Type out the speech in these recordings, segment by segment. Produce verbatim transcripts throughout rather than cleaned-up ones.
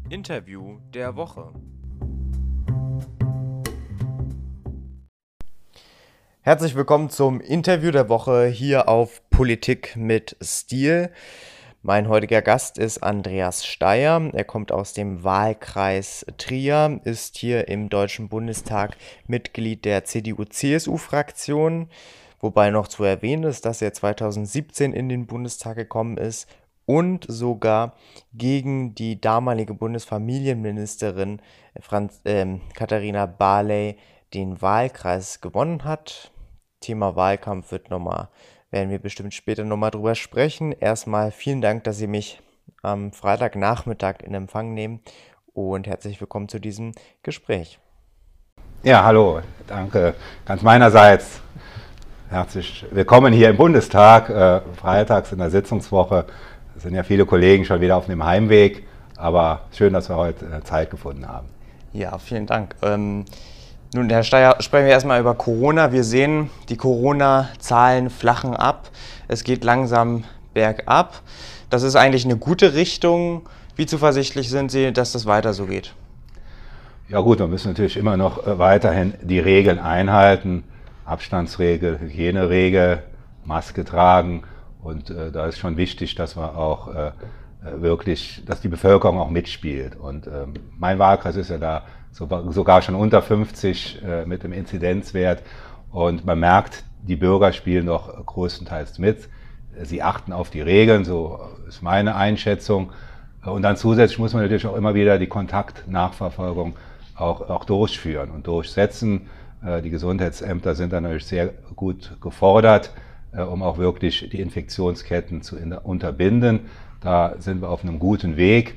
Interview der Woche. Herzlich willkommen zum Interview der Woche hier auf Politik mit Stil. Mein heutiger Gast ist Andreas Steyer. Er kommt aus dem Wahlkreis Trier, ist hier im Deutschen Bundestag Mitglied der C D U-C S U-Fraktion, wobei noch zu erwähnen ist, dass er zweitausendsiebzehn in den Bundestag gekommen ist und sogar gegen die damalige Bundesfamilienministerin Franz, äh, Katharina Barley den Wahlkreis gewonnen hat. Thema Wahlkampf wird nochmal, werden wir bestimmt später nochmal drüber sprechen. Erstmal vielen Dank, dass Sie mich am Freitagnachmittag in Empfang nehmen und herzlich willkommen zu diesem Gespräch. Ja, hallo, danke ganz meinerseits. Herzlich willkommen hier im Bundestag, äh, freitags in der Sitzungswoche. Es sind ja viele Kollegen schon wieder auf dem Heimweg, aber schön, dass wir heute äh, Zeit gefunden haben. Ja, vielen Dank. Ähm, nun, Herr Steyer, sprechen wir erstmal über Corona. Wir sehen, die Corona-Zahlen flachen ab. Es geht langsam bergab. Das ist eigentlich eine gute Richtung. Wie zuversichtlich sind Sie, dass das weiter so geht? Ja gut, wir müssen natürlich immer noch äh, weiterhin die Regeln einhalten. Abstandsregel, Hygieneregel, Maske tragen. Und äh, da ist schon wichtig, dass wir auch äh, wirklich, dass die Bevölkerung auch mitspielt. Und ähm, mein Wahlkreis ist ja da so, sogar schon unter fünfzig äh, mit dem Inzidenzwert. Und man merkt, die Bürger spielen doch größtenteils mit. Sie achten auf die Regeln, so ist meine Einschätzung. Und dann zusätzlich muss man natürlich auch immer wieder die Kontaktnachverfolgung auch, auch durchführen und durchsetzen. Äh, die Gesundheitsämter sind dann natürlich sehr gut gefordert, um auch wirklich die Infektionsketten zu unterbinden. Da sind wir auf einem guten Weg.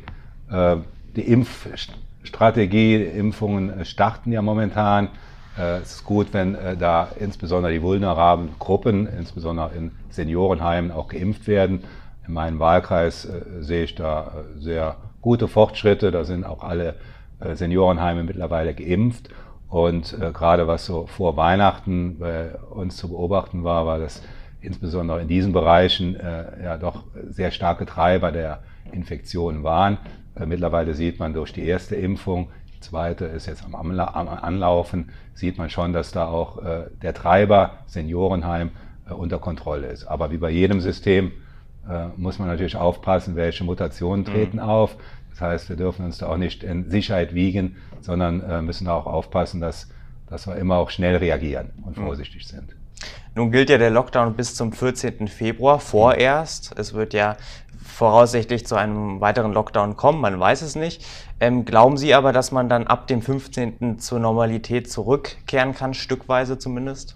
Die Impfstrategie, die Impfungen starten ja momentan. Es ist gut, wenn da insbesondere die vulnerablen Gruppen, insbesondere in Seniorenheimen, auch geimpft werden. In meinem Wahlkreis sehe ich da sehr gute Fortschritte. Da sind auch alle Seniorenheime mittlerweile geimpft. Und gerade was so vor Weihnachten bei uns zu beobachten war, war das insbesondere in diesen Bereichen äh, ja doch sehr starke Treiber der Infektionen waren. Äh, mittlerweile sieht man durch die erste Impfung, die zweite ist jetzt am, am Anlaufen, sieht man schon, dass da auch äh, der Treiber Seniorenheim äh, unter Kontrolle ist. Aber wie bei jedem System äh, muss man natürlich aufpassen, welche Mutationen treten mhm. auf. Das heißt, wir dürfen uns da auch nicht in Sicherheit wiegen, sondern äh, müssen da auch aufpassen, dass, dass wir immer auch schnell reagieren und mhm. vorsichtig sind. Nun gilt ja der Lockdown bis zum vierzehnten Februar vorerst. Es wird ja voraussichtlich zu einem weiteren Lockdown kommen, man weiß es nicht. Ähm, glauben Sie aber, dass man dann ab dem fünfzehnten zur Normalität zurückkehren kann, stückweise zumindest?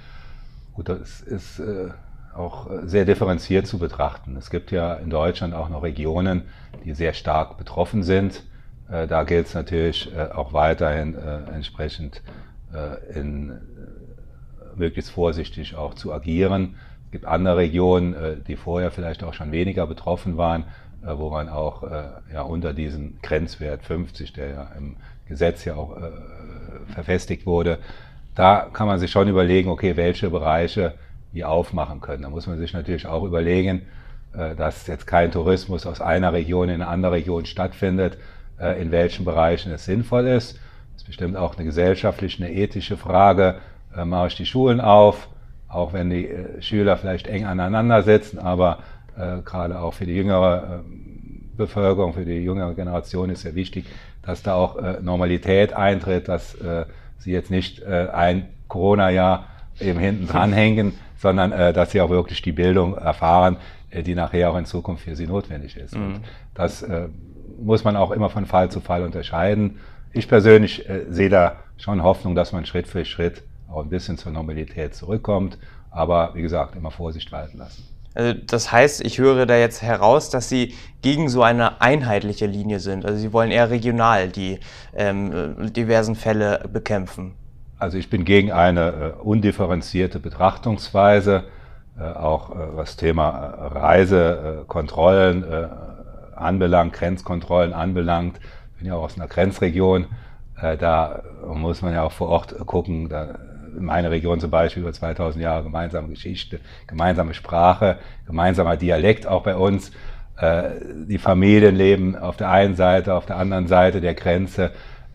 Gut, das ist äh, auch sehr differenziert zu betrachten. Es gibt ja in Deutschland auch noch Regionen, die sehr stark betroffen sind. Äh, da gilt es natürlich äh, auch weiterhin äh, entsprechend äh, in möglichst vorsichtig auch zu agieren. Es gibt andere Regionen, die vorher vielleicht auch schon weniger betroffen waren, wo man auch ja, unter diesen Grenzwert fünfzig, der ja im Gesetz ja auch verfestigt wurde, da kann man sich schon überlegen, okay, welche Bereiche wir aufmachen können. Da muss man sich natürlich auch überlegen, dass jetzt kein Tourismus aus einer Region in eine andere Region stattfindet, in welchen Bereichen es sinnvoll ist. Das ist bestimmt auch eine gesellschaftliche, eine ethische Frage. Äh, mache ich die Schulen auf, auch wenn die äh, Schüler vielleicht eng aneinander sitzen, aber äh, gerade auch für die jüngere äh, Bevölkerung, für die jüngere Generation ist ja wichtig, dass da auch äh, Normalität eintritt, dass äh, sie jetzt nicht äh, ein Corona-Jahr eben hinten dranhängen, sondern äh, dass sie auch wirklich die Bildung erfahren, äh, die nachher auch in Zukunft für sie notwendig ist. Mhm. Und das äh, muss man auch immer von Fall zu Fall unterscheiden. Ich persönlich äh, sehe da schon Hoffnung, dass man Schritt für Schritt auch ein bisschen zur Normalität zurückkommt, aber wie gesagt, immer Vorsicht walten lassen. Also das heißt, ich höre da jetzt heraus, dass Sie gegen so eine einheitliche Linie sind. Also Sie wollen eher regional die ähm, diversen Fälle bekämpfen. Also ich bin gegen eine äh, undifferenzierte Betrachtungsweise, äh, auch äh, was Thema äh, Reisekontrollen äh, anbelangt, Grenzkontrollen anbelangt. Ich bin ja auch aus einer Grenzregion, äh, da muss man ja auch vor Ort gucken, da meine Region zum Beispiel über zweitausend Jahre gemeinsame Geschichte, gemeinsame Sprache, gemeinsamer Dialekt auch bei uns. Die Familien leben auf der einen Seite, auf der anderen Seite der Grenze.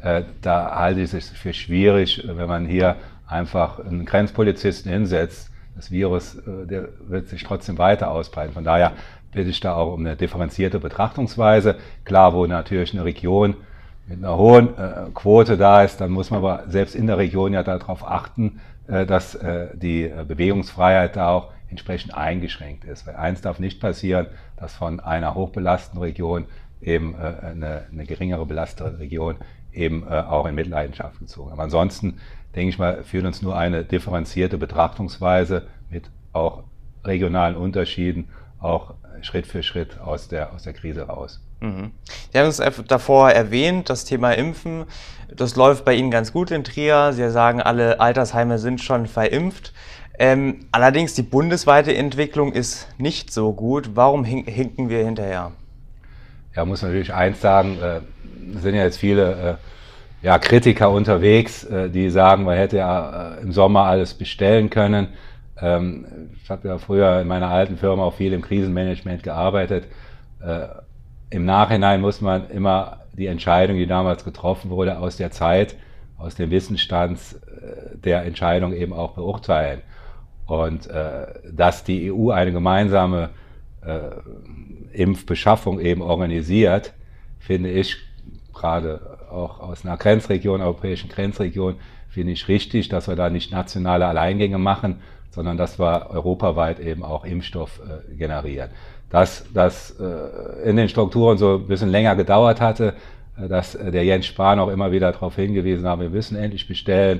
Da halte ich es für schwierig, wenn man hier einfach einen Grenzpolizisten hinsetzt. Das Virus, der wird sich trotzdem weiter ausbreiten. Von daher bitte ich da auch um eine differenzierte Betrachtungsweise. Klar, wo natürlich eine Region mit einer hohen Quote da ist, dann muss man aber selbst in der Region ja darauf achten, dass die Bewegungsfreiheit da auch entsprechend eingeschränkt ist. Weil eins darf nicht passieren, dass von einer hochbelasteten Region eben äh, eine, eine geringere belastete Region eben äh, auch in Mitleidenschaft gezogen. Aber ansonsten, denke ich mal, führt uns nur eine differenzierte Betrachtungsweise mit auch regionalen Unterschieden auch Schritt für Schritt aus der, aus der Krise raus. Mhm. Sie haben es davor erwähnt, das Thema Impfen, das läuft bei Ihnen ganz gut in Trier. Sie sagen, alle Altersheime sind schon verimpft. Ähm, allerdings die bundesweite Entwicklung ist nicht so gut. Warum hin hinken wir hinterher? Ja, muss man natürlich eins sagen, äh, sind ja jetzt viele äh, ja, Kritiker unterwegs, äh, die sagen, man hätte ja äh, im Sommer alles bestellen können. Ähm, ich habe ja früher in meiner alten Firma auch viel im Krisenmanagement gearbeitet. Äh, Im Nachhinein muss man immer die Entscheidung, die damals getroffen wurde, aus der Zeit, aus dem Wissensstand äh, der Entscheidung eben auch beurteilen. Und äh, dass die E U eine gemeinsame äh, Impfbeschaffung eben organisiert, finde ich, gerade auch aus einer Grenzregion, europäischen Grenzregion, finde ich richtig, dass wir da nicht nationale Alleingänge machen, sondern dass wir europaweit eben auch Impfstoff äh, generieren. Dass das äh, in den Strukturen so ein bisschen länger gedauert hatte, äh, dass äh, der Jens Spahn auch immer wieder darauf hingewiesen hat, wir müssen endlich bestellen,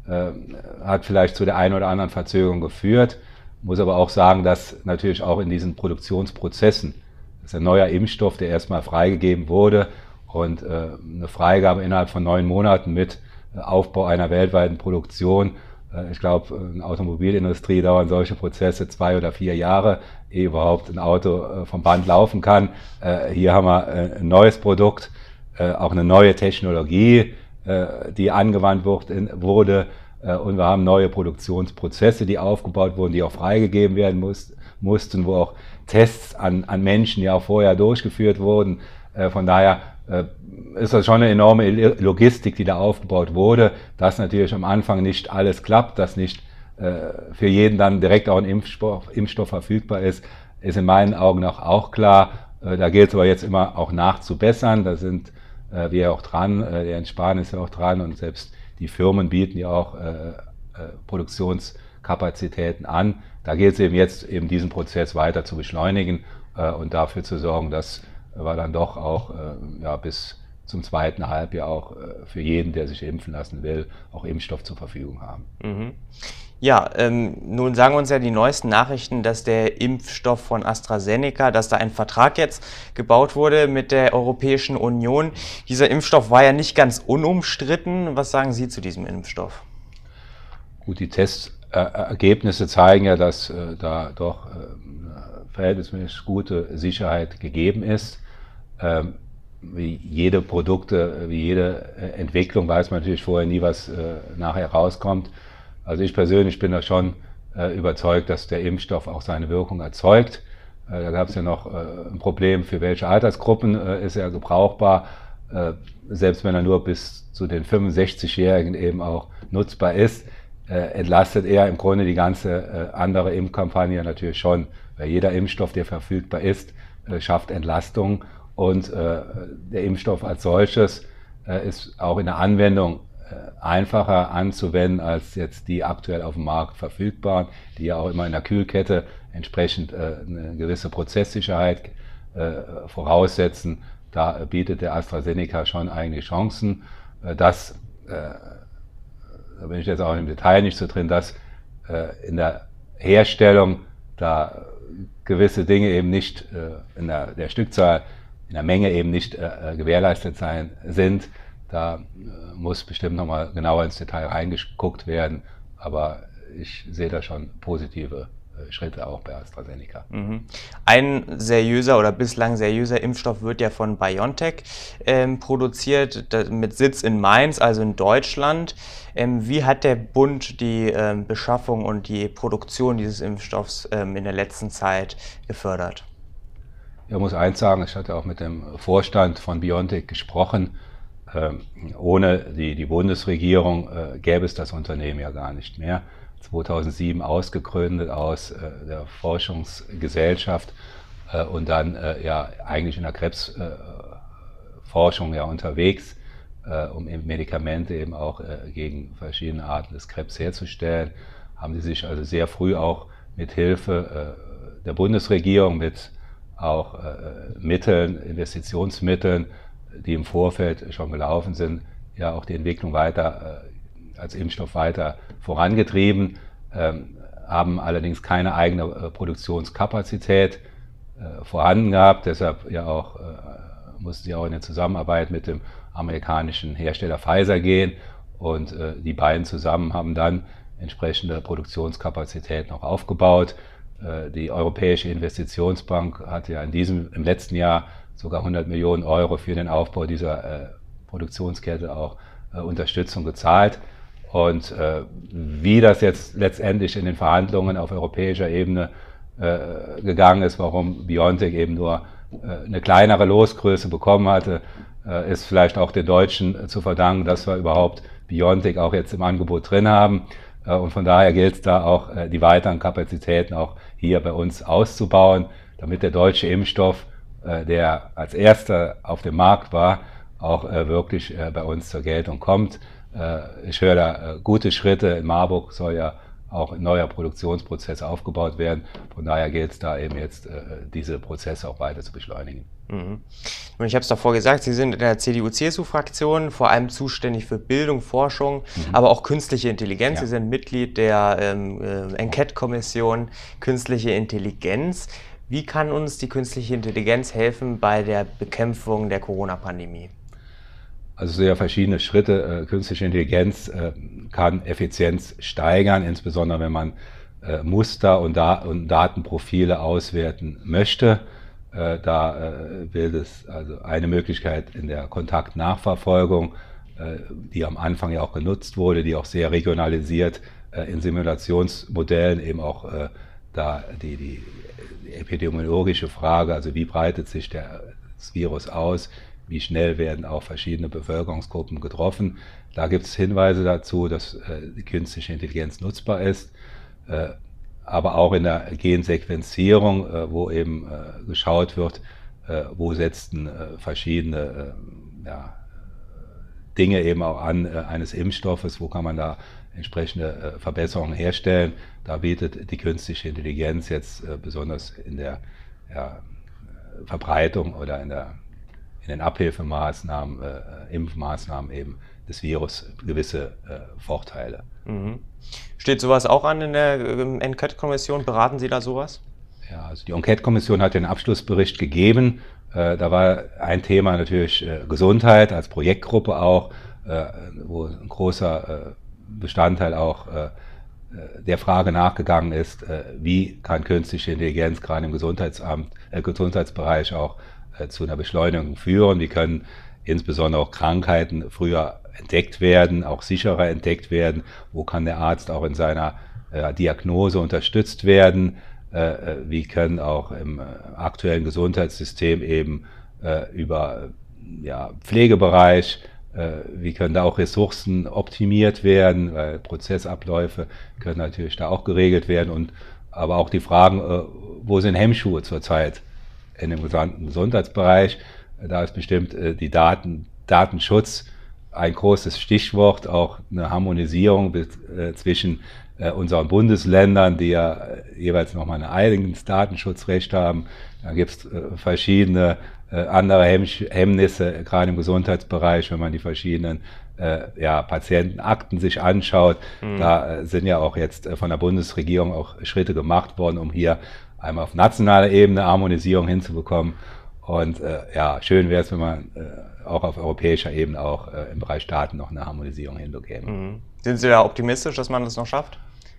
hat vielleicht zu der einen oder anderen Verzögerung geführt. Muss aber auch sagen, dass natürlich auch in diesen Produktionsprozessen, das ist ein neuer Impfstoff, der erstmal freigegeben wurde und äh, eine Freigabe innerhalb von neun Monaten mit Aufbau einer weltweiten Produktion. Äh, ich glaube, in der Automobilindustrie dauern solche Prozesse zwei oder vier Jahre, ehe überhaupt ein Auto äh, vom Band laufen kann. Äh, hier haben wir äh, ein neues Produkt, äh, auch eine neue Technologie, die angewandt wurde, und wir haben neue Produktionsprozesse, die aufgebaut wurden, die auch freigegeben werden muss, mussten, wo auch Tests an, an Menschen ja auch vorher durchgeführt wurden. Von daher ist das schon eine enorme Logistik, die da aufgebaut wurde, dass natürlich am Anfang nicht alles klappt, dass nicht für jeden dann direkt auch ein Impfstoff, Impfstoff verfügbar ist, ist in meinen Augen auch, auch klar. Da gilt es aber jetzt immer auch nachzubessern. Da sind Äh, wir auch dran, äh, der Jens Spahn ist ja auch dran und selbst die Firmen bieten ja auch äh, äh, Produktionskapazitäten an. Da geht es eben jetzt, eben diesen Prozess weiter zu beschleunigen äh, und dafür zu sorgen, dass wir dann doch auch äh, ja, bis zum zweiten Halbjahr auch äh, für jeden, der sich impfen lassen will, auch Impfstoff zur Verfügung haben. Mhm. Ja, ähm, nun sagen uns ja die neuesten Nachrichten, dass der Impfstoff von AstraZeneca, dass da ein Vertrag jetzt gebaut wurde mit der Europäischen Union. Dieser Impfstoff war ja nicht ganz unumstritten. Was sagen Sie zu diesem Impfstoff? Gut, die Testergebnisse zeigen ja, dass äh, da doch äh, verhältnismäßig gute Sicherheit gegeben ist. Ähm, wie jede Produkte, wie jede Entwicklung weiß man natürlich vorher nie, was äh, nachher rauskommt. Also ich persönlich bin da schon äh, überzeugt, dass der Impfstoff auch seine Wirkung erzeugt. Äh, da gab es ja noch äh, ein Problem, für welche Altersgruppen äh, ist er gebrauchbar. Äh, selbst wenn er nur bis zu den fünfundsechzigjährigen eben auch nutzbar ist, äh, entlastet er im Grunde die ganze äh, andere Impfkampagne natürlich schon. Weil jeder Impfstoff, der verfügbar ist, äh, schafft Entlastung. Und äh, der Impfstoff als solches äh, ist auch in der Anwendung einfacher anzuwenden als jetzt die aktuell auf dem Markt verfügbaren, die ja auch immer in der Kühlkette entsprechend äh, eine gewisse Prozesssicherheit äh, voraussetzen. Da bietet der AstraZeneca schon einige Chancen. Äh, dass, äh, da bin ich jetzt auch im Detail nicht so drin, dass äh, in der Herstellung da gewisse Dinge eben nicht äh, in der, der Stückzahl, in der Menge eben nicht äh, gewährleistet sein sind. Da äh, muss bestimmt nochmal genauer ins Detail reingeguckt werden, aber ich sehe da schon positive äh, Schritte auch bei AstraZeneca. Mhm. Ein seriöser oder bislang seriöser Impfstoff wird ja von BioNTech ähm, produziert, mit Sitz in Mainz, also in Deutschland. Ähm, wie hat der Bund die ähm, Beschaffung und die Produktion dieses Impfstoffs ähm, in der letzten Zeit gefördert? Ich muss eins sagen, ich hatte auch mit dem Vorstand von BioNTech gesprochen. Ähm, ohne die, die Bundesregierung äh, gäbe es das Unternehmen ja gar nicht mehr. zweitausendsieben ausgegründet aus äh, der Forschungsgesellschaft äh, und dann äh, ja eigentlich in der Krebsforschung äh, ja unterwegs, äh, um eben Medikamente eben auch äh, gegen verschiedene Arten des Krebs herzustellen. Haben sie sich also sehr früh auch mit Hilfe äh, der Bundesregierung, mit auch äh, Mitteln, Investitionsmitteln, die im Vorfeld schon gelaufen sind, ja auch die Entwicklung weiter äh, als Impfstoff weiter vorangetrieben, ähm, haben allerdings keine eigene äh, Produktionskapazität äh, vorhanden gehabt, deshalb ja auch äh, mussten sie auch in eine Zusammenarbeit mit dem amerikanischen Hersteller Pfizer gehen und äh, die beiden zusammen haben dann entsprechende Produktionskapazität noch aufgebaut. Äh, die Europäische Investitionsbank hat ja in diesem, im letzten Jahr sogar hundert Millionen Euro für den Aufbau dieser äh, Produktionskette auch äh, Unterstützung gezahlt. Und äh, wie das jetzt letztendlich in den Verhandlungen auf europäischer Ebene äh, gegangen ist, warum BioNTech eben nur äh, eine kleinere Losgröße bekommen hatte, äh, ist vielleicht auch den Deutschen äh, zu verdanken, dass wir überhaupt BioNTech auch jetzt im Angebot drin haben. Äh, und von daher gilt es da auch, äh, die weiteren Kapazitäten auch hier bei uns auszubauen, damit der deutsche Impfstoff, der als erster auf dem Markt war, auch äh, wirklich äh, bei uns zur Geltung kommt. Äh, ich höre da äh, gute Schritte. In Marburg soll ja auch ein neuer Produktionsprozess aufgebaut werden. Von daher gilt es da eben jetzt, äh, diese Prozesse auch weiter zu beschleunigen. Mhm. Und ich habe es davor gesagt, Sie sind in der C D U C S U-Fraktion vor allem zuständig für Bildung, Forschung, mhm. aber auch künstliche Intelligenz. Ja. Sie sind Mitglied der ähm, äh, Enquete-Kommission Künstliche Intelligenz. Wie kann uns die künstliche Intelligenz helfen bei der Bekämpfung der Corona-Pandemie? Also sehr verschiedene Schritte. Künstliche Intelligenz kann Effizienz steigern, insbesondere wenn man Muster und Datenprofile auswerten möchte. Da will es also eine Möglichkeit in der Kontaktnachverfolgung, die am Anfang ja auch genutzt wurde, die auch sehr regionalisiert in Simulationsmodellen eben auch da die, die epidemiologische Frage, also wie breitet sich der, das Virus aus, wie schnell werden auch verschiedene Bevölkerungsgruppen getroffen. Da gibt es Hinweise dazu, dass äh, die künstliche Intelligenz nutzbar ist, äh, aber auch in der Gensequenzierung, äh, wo eben äh, geschaut wird, äh, wo setzen äh, verschiedene äh, ja, Dinge eben auch an äh, eines Impfstoffes, wo kann man da entsprechende äh, Verbesserungen herstellen. Da bietet die künstliche Intelligenz jetzt äh, besonders in der ja, Verbreitung oder in, der, in den Abhilfemaßnahmen, äh, Impfmaßnahmen eben des Virus gewisse äh, Vorteile. Mhm. Steht sowas auch an in der ähm, Enquete-Kommission? Beraten Sie da sowas? Ja, also die Enquete-Kommission hat den Abschlussbericht gegeben. Äh, da war ein Thema natürlich äh, Gesundheit als Projektgruppe auch, äh, wo ein großer äh, Bestandteil auch äh, der Frage nachgegangen ist, äh, wie kann künstliche Intelligenz gerade im Gesundheitsamt, äh, Gesundheitsbereich auch äh, zu einer Beschleunigung führen, wie können insbesondere auch Krankheiten früher entdeckt werden, auch sicherer entdeckt werden, wo kann der Arzt auch in seiner äh, Diagnose unterstützt werden, äh, wie können auch im äh, aktuellen Gesundheitssystem eben äh, über ja, Pflegebereich, wie können da auch Ressourcen optimiert werden, weil Prozessabläufe können natürlich da auch geregelt werden, und aber auch die Fragen, wo sind Hemmschuhe zurzeit in dem gesamten Gesundheitsbereich. Da ist bestimmt die Daten, Datenschutz ein großes Stichwort, auch eine Harmonisierung zwischen unseren Bundesländern, die ja jeweils nochmal ein eigenes Datenschutzrecht haben. Da gibt es verschiedene andere Hemmnisse, gerade im Gesundheitsbereich, wenn man die verschiedenen äh, ja, Patientenakten sich anschaut. Mhm. Da sind ja auch jetzt von der Bundesregierung auch Schritte gemacht worden, um hier einmal auf nationaler Ebene Harmonisierung hinzubekommen. Und äh, ja, schön wäre es, wenn man äh, auch auf europäischer Ebene auch äh, im Bereich Daten noch eine Harmonisierung hinbekäme. Mhm. Sind Sie da optimistisch, dass man das noch schafft?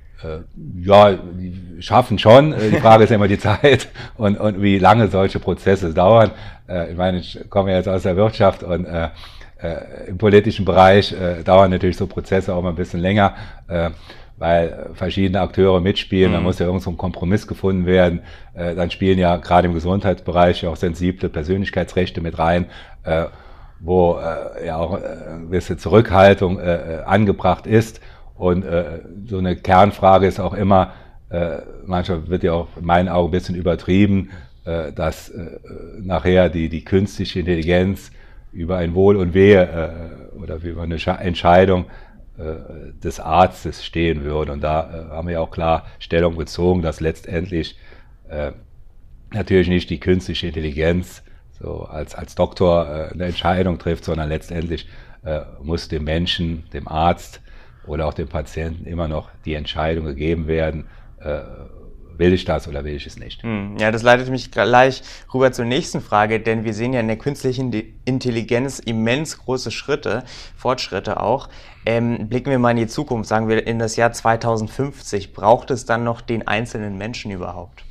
Ja, die schaffen schon. Die Frage ist ja immer die Zeit und, und wie lange solche Prozesse dauern. Ich meine, ich komme ja jetzt aus der Wirtschaft, und äh, äh, im politischen Bereich äh, dauern natürlich so Prozesse auch mal ein bisschen länger, äh, weil verschiedene Akteure mitspielen, mhm. da muss ja irgend so ein Kompromiss gefunden werden. Äh, dann spielen ja gerade im Gesundheitsbereich auch sensible Persönlichkeitsrechte mit rein, äh, wo äh, ja auch äh, eine gewisse Zurückhaltung äh, angebracht ist. Und äh, so eine Kernfrage ist auch immer, äh, manchmal wird ja auch in meinen Augen ein bisschen übertrieben, äh, dass äh, nachher die, die künstliche Intelligenz über ein Wohl und Wehe äh, oder über eine Entscheidung des Arztes stehen würde. Und da äh, haben wir ja auch klar Stellung bezogen, dass letztendlich äh, natürlich nicht die künstliche Intelligenz so als, als Doktor äh, eine Entscheidung trifft, sondern letztendlich äh, muss dem Menschen, dem Arzt oder auch dem Patienten immer noch die Entscheidung gegeben werden, äh, will ich das oder will ich es nicht? Ja, das leitet mich gleich rüber zur nächsten Frage, denn wir sehen ja in der künstlichen Intelligenz immens große Schritte, Fortschritte auch. Ähm, blicken wir mal in die Zukunft, sagen wir in das Jahr zweitausendfünfzig, braucht es dann noch den einzelnen Menschen überhaupt?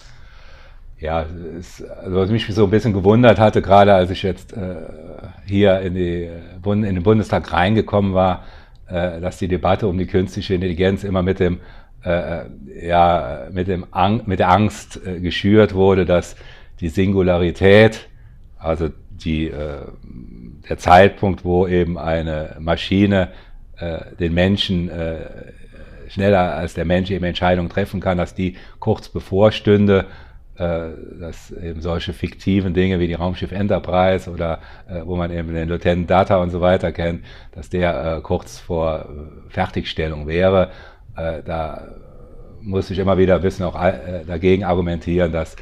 Ja, es, also was mich so ein bisschen gewundert hatte, gerade als ich jetzt äh, hier in, die, in den Bundestag reingekommen war, äh, dass die Debatte um die künstliche Intelligenz immer mit dem Äh, ja, mit, dem Ang mit der Angst äh, geschürt wurde, dass die Singularität, also die, äh, der Zeitpunkt, wo eben eine Maschine äh, den Menschen äh, schneller als der Mensch eben Entscheidungen treffen kann, dass die kurz bevorstünde, äh, dass eben solche fiktiven Dinge wie die Raumschiff Enterprise oder äh, wo man eben den Lieutenant Data und so weiter kennt, dass der äh, kurz vor äh, Fertigstellung wäre. Äh, da muss ich immer wieder ein bisschen auch äh, dagegen argumentieren, dass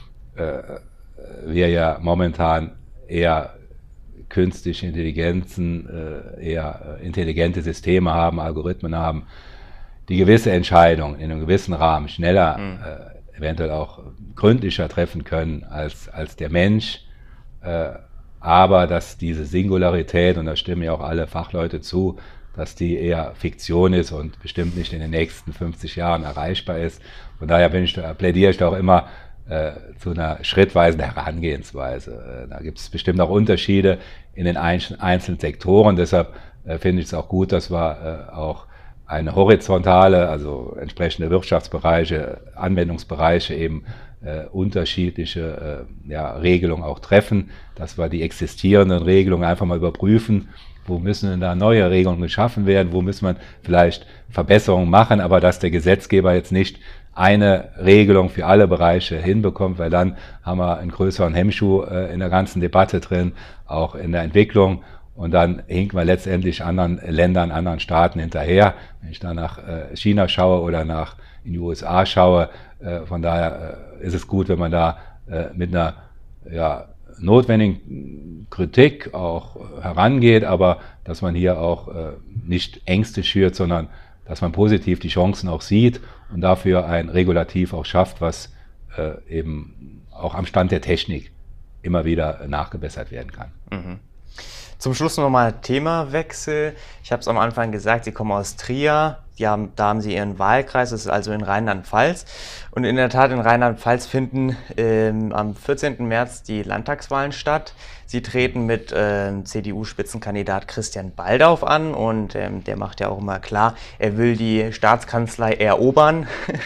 äh, wir ja momentan eher künstliche Intelligenzen, äh, eher intelligente Systeme haben, Algorithmen haben, die gewisse Entscheidungen in einem gewissen Rahmen schneller, mhm. äh, eventuell auch gründlicher treffen können als, als der Mensch. Äh, aber dass diese Singularität, und da stimmen ja auch alle Fachleute zu, dass die eher Fiktion ist und bestimmt nicht in den nächsten fünfzig Jahren erreichbar ist. Von daher bin ich da, plädiere ich da auch immer äh, zu einer schrittweisen Herangehensweise. Äh, da gibt es bestimmt auch Unterschiede in den einzelnen Sektoren. Deshalb äh, finde ich es auch gut, dass wir äh, auch eine horizontale, also entsprechende Wirtschaftsbereiche, Anwendungsbereiche eben äh, unterschiedliche äh, ja, Regelungen auch treffen, dass wir die existierenden Regelungen einfach mal überprüfen. Wo müssen denn da neue Regelungen geschaffen werden? Wo muss man vielleicht Verbesserungen machen? Aber dass der Gesetzgeber jetzt nicht eine Regelung für alle Bereiche hinbekommt, weil dann haben wir einen größeren Hemmschuh äh, in der ganzen Debatte drin, auch in der Entwicklung. Und dann hinken wir letztendlich anderen Ländern, anderen Staaten hinterher. Wenn ich da nach äh, China schaue oder nach in die U S A schaue, äh, von daher äh, ist es gut, wenn man da äh, mit einer ja, notwendigen Kritik auch herangeht, aber dass man hier auch äh, nicht Ängste schürt, sondern dass man positiv die Chancen auch sieht und dafür ein Regulativ auch schafft, was äh, eben auch am Stand der Technik immer wieder nachgebessert werden kann. Mhm. Zum Schluss nochmal Themawechsel. Ich habe es am Anfang gesagt, Sie kommen aus Trier, die haben, da haben Sie Ihren Wahlkreis, das ist also in Rheinland-Pfalz. Und in der Tat, in Rheinland-Pfalz finden ähm, am vierzehnten März die Landtagswahlen statt. Sie treten mit ähm, C D U-Spitzenkandidat Christian Baldauf an und ähm, der macht ja auch immer klar, er will die Staatskanzlei erobern.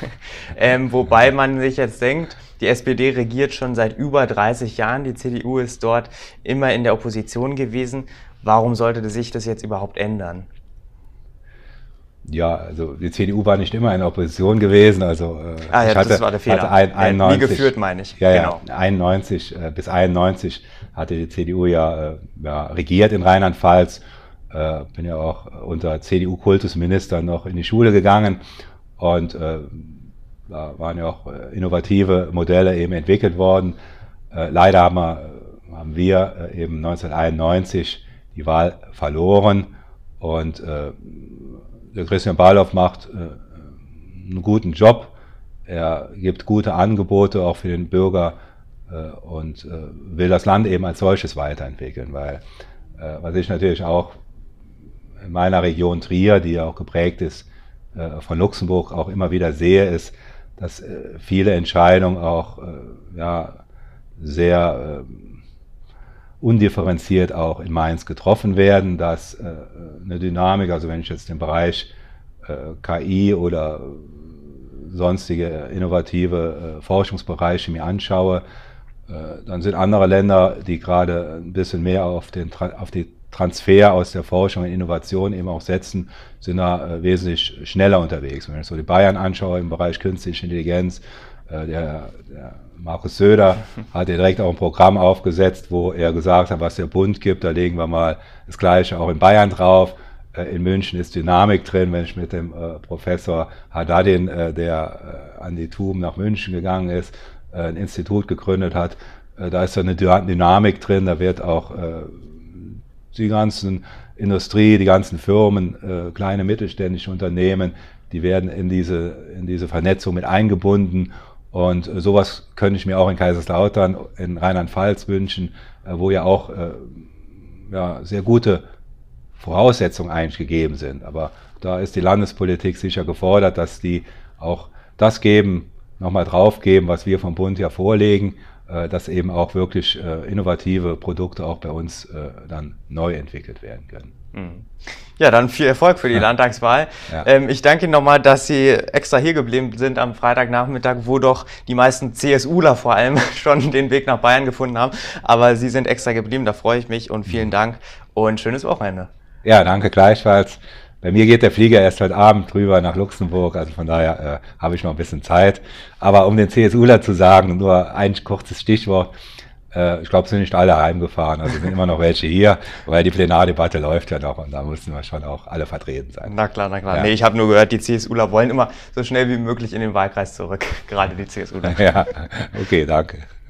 ähm, wobei man sich jetzt denkt, die S P D regiert schon seit über dreißig Jahren, die C D U ist dort immer in der Opposition gewesen. Warum sollte sich das jetzt überhaupt ändern? Ja, also die C D U war nicht immer in der Opposition gewesen. Also äh, ah, ja, ich hatte, das war der Fehler. Hatte ein, einundneunzig, nie geführt, meine ich. Ja, genau. ja, einundneunzig äh, bis einundneunzig hatte die C D U ja, äh, ja regiert in Rheinland-Pfalz. Äh, bin ja auch unter C D U-Kultusministern noch in die Schule gegangen und äh, da waren ja auch äh, innovative Modelle eben entwickelt worden. Äh, leider haben wir, haben wir äh, eben neunzehnhunderteinundneunzig die Wahl verloren und äh, der Christian Baldauf macht äh, einen guten Job. Er gibt gute Angebote auch für den Bürger äh, und äh, will das Land eben als solches weiterentwickeln, weil äh, was ich natürlich auch in meiner Region Trier, die ja auch geprägt ist äh, von Luxemburg, auch immer wieder sehe, ist, dass äh, viele Entscheidungen auch äh, ja, sehr äh, undifferenziert auch in Mainz getroffen werden, dass äh, eine Dynamik, also wenn ich jetzt den Bereich äh, K I oder sonstige innovative äh, Forschungsbereiche mir anschaue, äh, dann sind andere Länder, die gerade ein bisschen mehr auf den auf die Transfer aus der Forschung und Innovation eben auch setzen, sind da äh, wesentlich schneller unterwegs. Wenn ich so die Bayern anschaue im Bereich künstliche Intelligenz, äh, der, der Markus Söder hat ja direkt auch ein Programm aufgesetzt, wo er gesagt hat, was der Bund gibt, da legen wir mal das Gleiche auch in Bayern drauf. Äh, in München ist Dynamik drin, wenn ich mit dem äh, Professor Haddadin, äh, der äh, an die T U M nach München gegangen ist, äh, ein Institut gegründet hat, äh, da ist so eine Dynamik drin, da wird auch äh, die ganzen Industrie, die ganzen Firmen, äh, kleine mittelständische Unternehmen, die werden in diese, in diese Vernetzung mit eingebunden. Und äh, sowas könnte ich mir auch in Kaiserslautern, in Rheinland-Pfalz wünschen, äh, wo ja auch äh, ja, sehr gute Voraussetzungen eigentlich gegeben sind. Aber da ist die Landespolitik sicher gefordert, dass die auch das geben, nochmal drauf geben, was wir vom Bund ja vorlegen, dass eben auch wirklich äh, innovative Produkte auch bei uns äh, dann neu entwickelt werden können. Ja, dann viel Erfolg für die ja. Landtagswahl. Ja. Ähm, ich danke Ihnen nochmal, dass Sie extra hier geblieben sind am Freitagnachmittag, wo doch die meisten CSUler vor allem schon den Weg nach Bayern gefunden haben. Aber Sie sind extra geblieben, da freue ich mich und vielen Dank und schönes Wochenende. Ja, danke gleichfalls. Bei mir geht der Flieger erst heute Abend drüber nach Luxemburg, also von daher äh, habe ich noch ein bisschen Zeit. Aber um den CSUler zu sagen, nur ein kurzes Stichwort. Äh, ich glaube, es sind nicht alle heimgefahren, also sind immer noch welche hier, weil die Plenardebatte läuft ja noch und da müssen wir schon auch alle vertreten sein. Na klar, na klar. Ja. Nee, ich habe nur gehört, die CSUler wollen immer so schnell wie möglich in den Wahlkreis zurück, gerade die CSUler. Ja, okay, danke.